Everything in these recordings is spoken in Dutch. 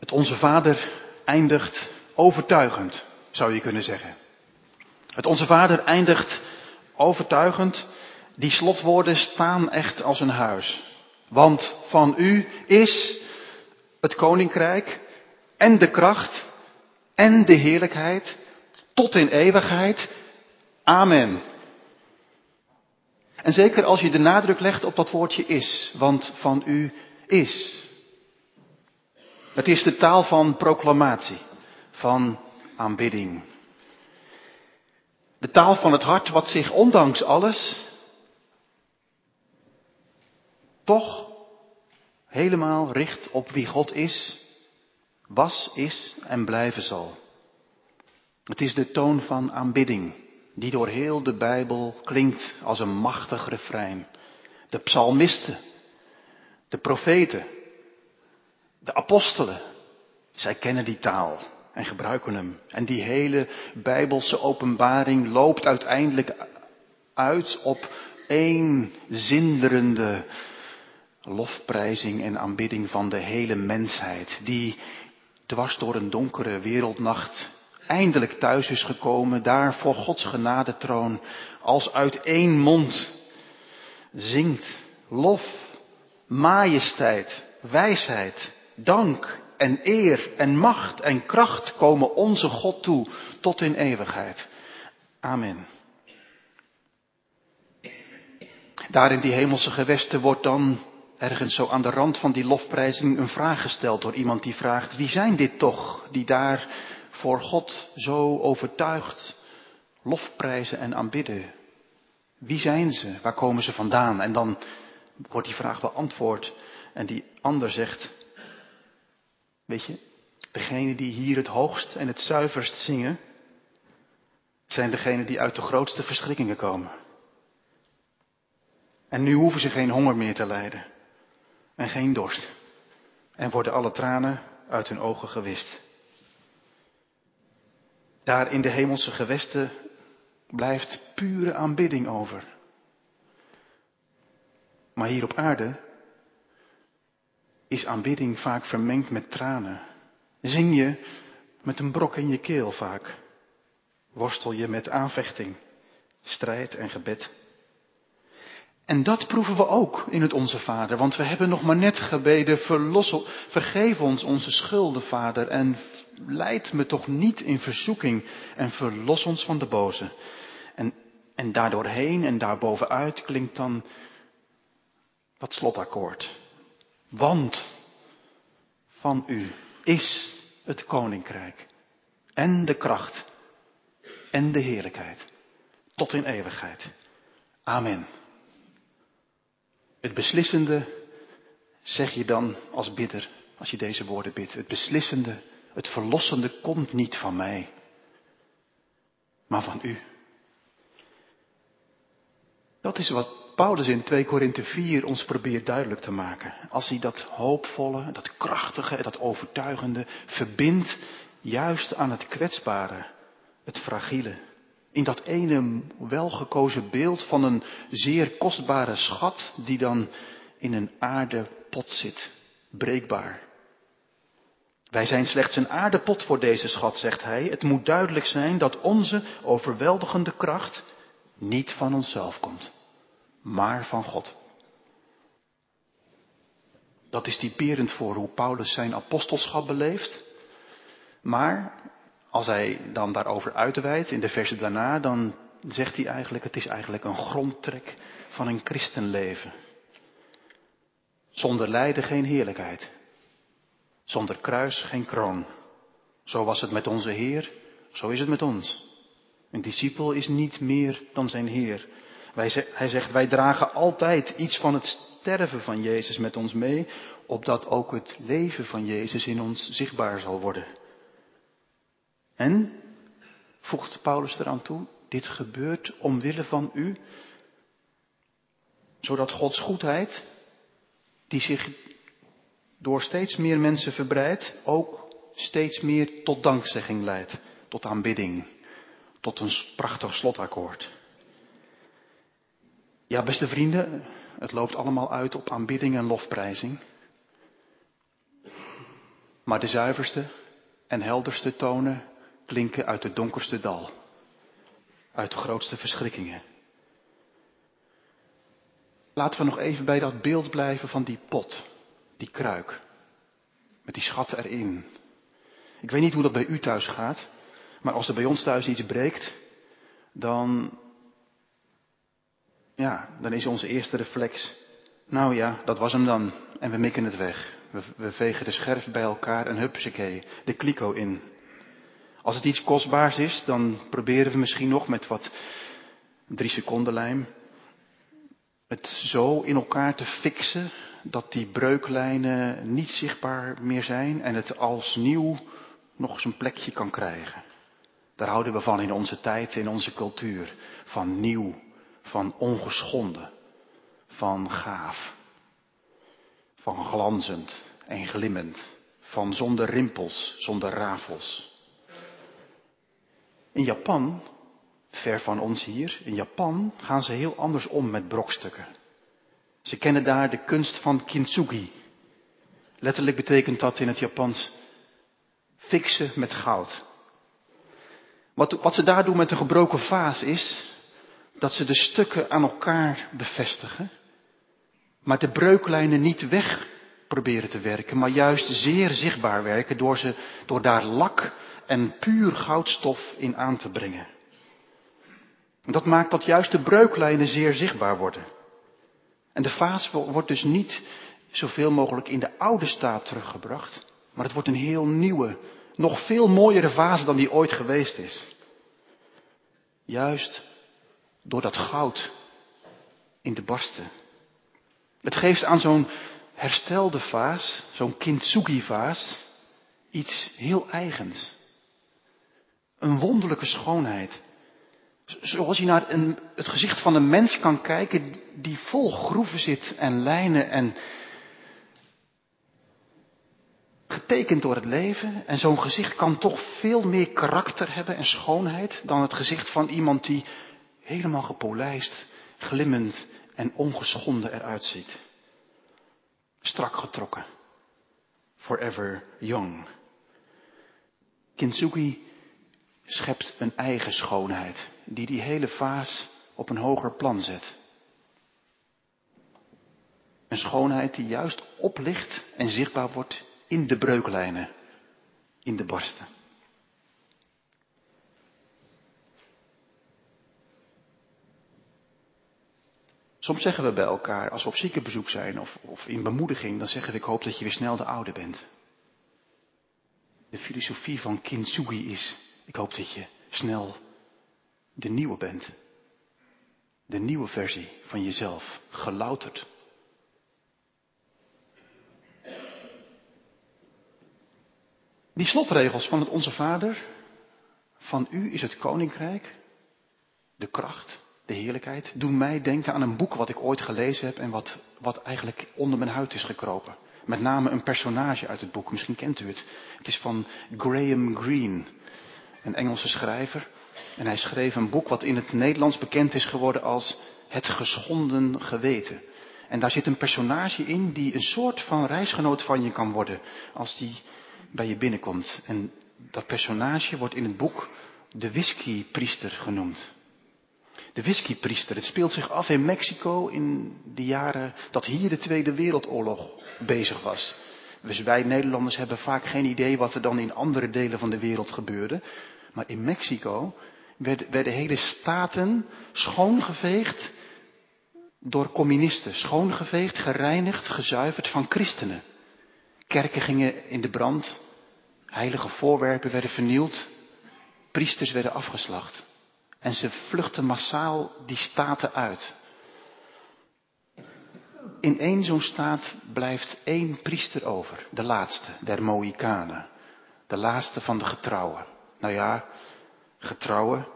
Het Onze Vader eindigt overtuigend, zou je kunnen zeggen. Het Onze Vader eindigt overtuigend. Die slotwoorden staan echt als een huis. Want van u is het koninkrijk en de kracht en de heerlijkheid tot in eeuwigheid. Amen. En zeker als je de nadruk legt op dat woordje is, want van u is. Het is de taal van proclamatie, van aanbidding. De taal van het hart wat zich ondanks alles toch helemaal richt op wie God is, was, is en blijven zal. Het is de toon van aanbidding die door heel de Bijbel klinkt als een machtig refrein. De psalmisten, de profeten, de apostelen, zij kennen die taal en gebruiken hem. En die hele Bijbelse openbaring loopt uiteindelijk uit op één zinderende lofprijzing en aanbidding van de hele mensheid. Die dwars door een donkere wereldnacht eindelijk thuis is gekomen, daar voor Gods genadetroon, als uit één mond zingt lof, majesteit, wijsheid, dank en eer en macht en kracht komen onze God toe tot in eeuwigheid. Amen. Daar in die hemelse gewesten wordt dan ergens zo aan de rand van die lofprijzing een vraag gesteld door iemand die vraagt: wie zijn dit toch die daar voor God zo overtuigd lofprijzen en aanbidden? Wie zijn ze? Waar komen ze vandaan? En dan wordt die vraag beantwoord en die ander zegt: weet je, degenen die hier het hoogst en het zuiverst zingen, zijn degenen die uit de grootste verschrikkingen komen. En nu hoeven ze geen honger meer te lijden. En geen dorst. En worden alle tranen uit hun ogen gewist. Daar in de hemelse gewesten blijft pure aanbidding over. Maar hier op aarde is aanbidding vaak vermengd met tranen. Zing je met een brok in je keel vaak. Worstel je met aanvechting, strijd en gebed. En dat proeven we ook in het Onze Vader. Want we hebben nog maar net gebeden: vergeef ons onze schulden, Vader. En leid me toch niet in verzoeking. En verlos ons van de boze. En daardoorheen en daarbovenuit klinkt dan dat slotakkoord. Want van u is het koninkrijk. En de kracht. En de heerlijkheid. Tot in eeuwigheid. Amen. Het beslissende zeg je dan als bidder, als je deze woorden bidt. Het beslissende, het verlossende komt niet van mij, maar van u. Dat is wat Paulus in 2 Korinthe 4 ons probeert duidelijk te maken. Als hij dat hoopvolle, dat krachtige, dat overtuigende verbindt juist aan het kwetsbare, het fragiele. In dat ene welgekozen beeld van een zeer kostbare schat die dan in een aardepot zit, breekbaar. Wij zijn slechts een aardepot voor deze schat, zegt hij. Het moet duidelijk zijn dat onze overweldigende kracht niet van onszelf komt, maar van God. Dat is typerend voor hoe Paulus zijn apostelschap beleeft. Maar als hij dan daarover uitweidt in de versen daarna, dan zegt hij eigenlijk: het is eigenlijk een grondtrek van een christenleven. Zonder lijden geen heerlijkheid. Zonder kruis geen kroon. Zo was het met onze Heer, zo is het met ons. Een discipel is niet meer dan zijn Heer. Hij zegt: wij dragen altijd iets van het sterven van Jezus met ons mee, opdat ook het leven van Jezus in ons zichtbaar zal worden. En, voegt Paulus eraan toe, dit gebeurt omwille van u, zodat Gods goedheid, die zich door steeds meer mensen verbreidt, ook steeds meer tot dankzegging leidt, tot aanbidding, tot een prachtig slotakkoord. Ja, beste vrienden, het loopt allemaal uit op aanbidding en lofprijzing. Maar de zuiverste en helderste tonen klinken uit het donkerste dal. Uit de grootste verschrikkingen. Laten we nog even bij dat beeld blijven van die pot, die kruik, met die schat erin. Ik weet niet hoe dat bij u thuis gaat, maar als er bij ons thuis iets breekt, dan is onze eerste reflex, nou ja, dat was hem dan. En we mikken het weg. We vegen de scherf bij elkaar en hupsakee, de kliko in. Als het iets kostbaars is, dan proberen we misschien nog met wat 3 seconden lijm het zo in elkaar te fixen dat die breuklijnen niet zichtbaar meer zijn en het als nieuw nog zijn plekje kan krijgen. Daar houden we van in onze tijd, in onze cultuur. Van nieuw, van ongeschonden, van gaaf, van glanzend en glimmend, van zonder rimpels, zonder rafels. In Japan, ver van ons hier, in Japan gaan ze heel anders om met brokstukken. Ze kennen daar de kunst van kintsugi. Letterlijk betekent dat in het Japans fixen met goud. Wat ze daar doen met een gebroken vaas is dat ze de stukken aan elkaar bevestigen, maar de breuklijnen niet weg proberen te werken, maar juist zeer zichtbaar werken door daar lak en puur goudstof in aan te brengen. En dat maakt dat juist de breuklijnen zeer zichtbaar worden. En de vaas wordt dus niet zoveel mogelijk in de oude staat teruggebracht, maar het wordt een heel nieuwe, nog veel mooiere vaas dan die ooit geweest is. Juist door dat goud in de barsten. Het geeft aan zo'n herstelde vaas, zo'n kintsugi-vaas, iets heel eigens. Een wonderlijke schoonheid. Zoals je naar het gezicht van een mens kan kijken die vol groeven zit en lijnen en getekend door het leven. En zo'n gezicht kan toch veel meer karakter hebben en schoonheid dan het gezicht van iemand die helemaal gepolijst, glimmend en ongeschonden eruit ziet. Strak getrokken. Forever young. Kintsugi schept een eigen schoonheid die hele vaas op een hoger plan zet. Een schoonheid die juist oplicht en zichtbaar wordt in de breuklijnen, in de barsten. Soms zeggen we bij elkaar, als we op ziekenbezoek zijn of in bemoediging, dan zeggen we, ik hoop dat je weer snel de oude bent. De filosofie van kintsugi is, ik hoop dat je snel de nieuwe bent. De nieuwe versie van jezelf, gelouterd. Die slotregels van het Onze Vader, van u is het koninkrijk, de kracht, de heerlijkheid, doen mij denken aan een boek wat ik ooit gelezen heb en wat eigenlijk onder mijn huid is gekropen. Met name een personage uit het boek, misschien kent u het. Het is van Graham Greene, een Engelse schrijver. En hij schreef een boek wat in het Nederlands bekend is geworden als Het geschonden geweten. En daar zit een personage in die een soort van reisgenoot van je kan worden als die bij je binnenkomt. En dat personage wordt in het boek de whiskypriester genoemd. De whiskypriester, het speelt zich af in Mexico in de jaren dat hier de Tweede Wereldoorlog bezig was. Dus wij Nederlanders hebben vaak geen idee wat er dan in andere delen van de wereld gebeurde. Maar in Mexico werden hele staten schoongeveegd door communisten. Schoongeveegd, gereinigd, gezuiverd van christenen. Kerken gingen in de brand. Heilige voorwerpen werden vernield. Priesters werden afgeslacht. En ze vluchtten massaal die staten uit. In één zo'n staat blijft 1 priester over. De laatste, der Mohikanen. De laatste van de getrouwen. Nou ja, getrouwen.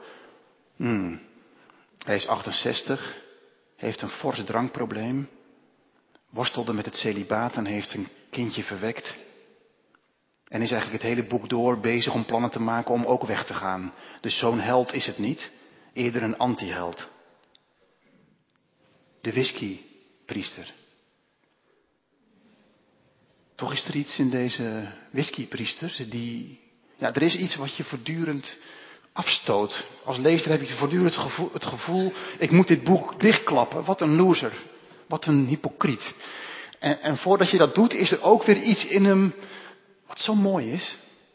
Hij is 68. Heeft een fors drankprobleem. Worstelde met het celibaat en heeft een kindje verwekt. En is eigenlijk het hele boek door bezig om plannen te maken om ook weg te gaan. Dus zo'n held is het niet. Eerder een anti-held. De whiskypriester. Toch is er iets in deze whiskypriester er is iets wat je voortdurend afstoot. Als lezer heb je voortdurend het gevoel, ik moet dit boek dichtklappen. Wat een loser. Wat een hypocriet. En voordat je dat doet, is er ook weer iets in hem wat zo mooi is.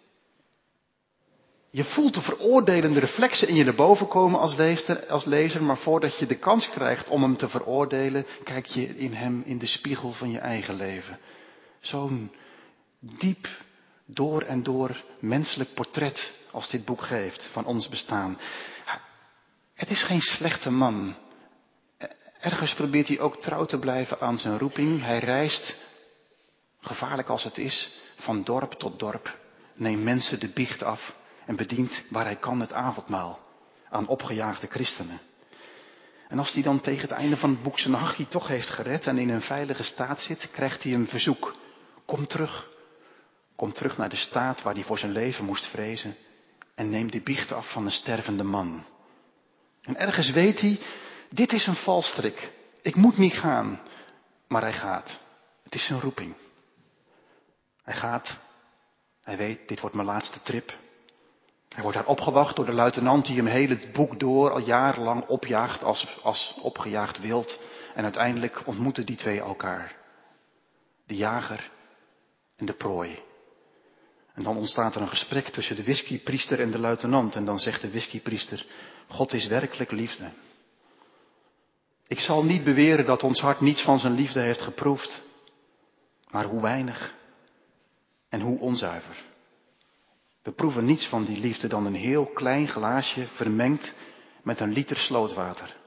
Je voelt de veroordelende reflexen in je naar boven komen als lezer, maar voordat je de kans krijgt om hem te veroordelen, kijk je in hem in de spiegel van je eigen leven. Zo'n diep, door en door menselijk portret als dit boek geeft van ons bestaan. Het is geen slechte man. Ergens probeert hij ook trouw te blijven aan zijn roeping. Hij reist, gevaarlijk als het is, van dorp tot dorp, neemt mensen de biecht af en bedient waar hij kan het avondmaal aan opgejaagde christenen. En als hij dan tegen het einde van het boek zijn hachie toch heeft gered en in een veilige staat zit, krijgt hij een verzoek. Kom terug. Kom terug naar de staat waar hij voor zijn leven moest vrezen en neem de biecht af van een stervende man. En ergens weet hij, dit is een valstrik. Ik moet niet gaan. Maar hij gaat. Het is zijn roeping. Hij gaat. Hij weet, dit wordt mijn laatste trip. Hij wordt daar opgewacht door de luitenant die hem heel het boek door al jarenlang opjaagt als opgejaagd wild. En uiteindelijk ontmoeten die twee elkaar. De jager en de prooi. En dan ontstaat er een gesprek tussen de whiskypriester en de luitenant. En dan zegt de whiskypriester, God is werkelijk liefde. Ik zal niet beweren dat ons hart niets van zijn liefde heeft geproefd. Maar hoe weinig en hoe onzuiver. We proeven niets van die liefde dan een heel klein glaasje vermengd met een liter slootwater.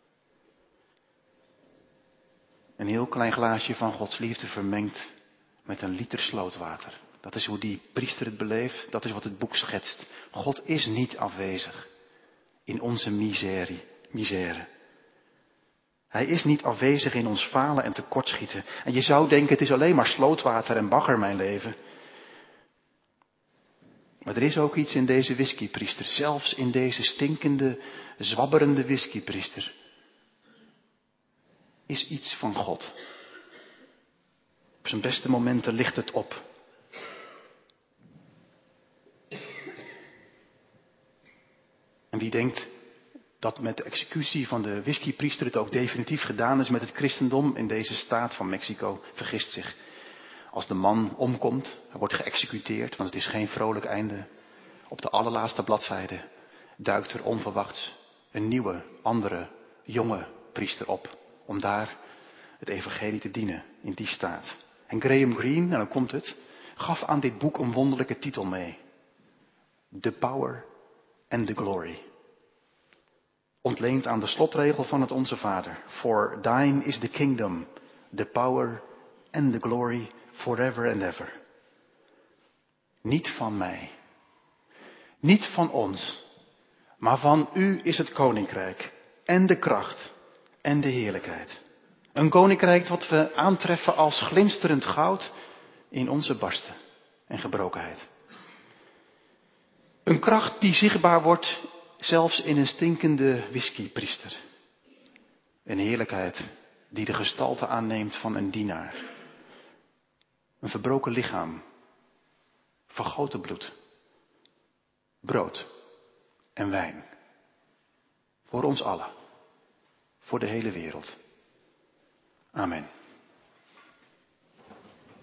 Een heel klein glaasje van Gods liefde vermengd met een liter slootwater. Dat is hoe die priester het beleeft, dat is wat het boek schetst. God is niet afwezig in onze misère. Hij is niet afwezig in ons falen en tekortschieten. En je zou denken, het is alleen maar slootwater en bagger mijn leven. Maar er is ook iets in deze whiskypriester, zelfs in deze stinkende, zwabberende whiskypriester, is iets van God. Op zijn beste momenten ligt het op. En wie denkt dat met de executie van de whiskypriester het ook definitief gedaan is met het christendom in deze staat van Mexico, vergist zich. Als de man omkomt, hij wordt geëxecuteerd, want het is geen vrolijk einde. Op de allerlaatste bladzijde duikt er onverwachts een nieuwe, andere, jonge priester op. Om daar het evangelie te dienen in die staat. En Graham Greene, en dan komt het, gaf aan dit boek een wonderlijke titel mee. The Power and the Glory. Ontleend aan de slotregel van het Onze Vader. For thine is the kingdom, the power and the glory forever and ever. Niet van mij. Niet van ons. Maar van u is het koninkrijk. En de kracht. En de heerlijkheid. Een koninkrijk wat we aantreffen als glinsterend goud in onze barsten en gebrokenheid. Een kracht die zichtbaar wordt zelfs in een stinkende whiskypriester. Een heerlijkheid die de gestalte aanneemt van een dienaar. Een verbroken lichaam. Vergoten bloed. Brood en wijn. Voor ons allen. Voor de hele wereld. Amen.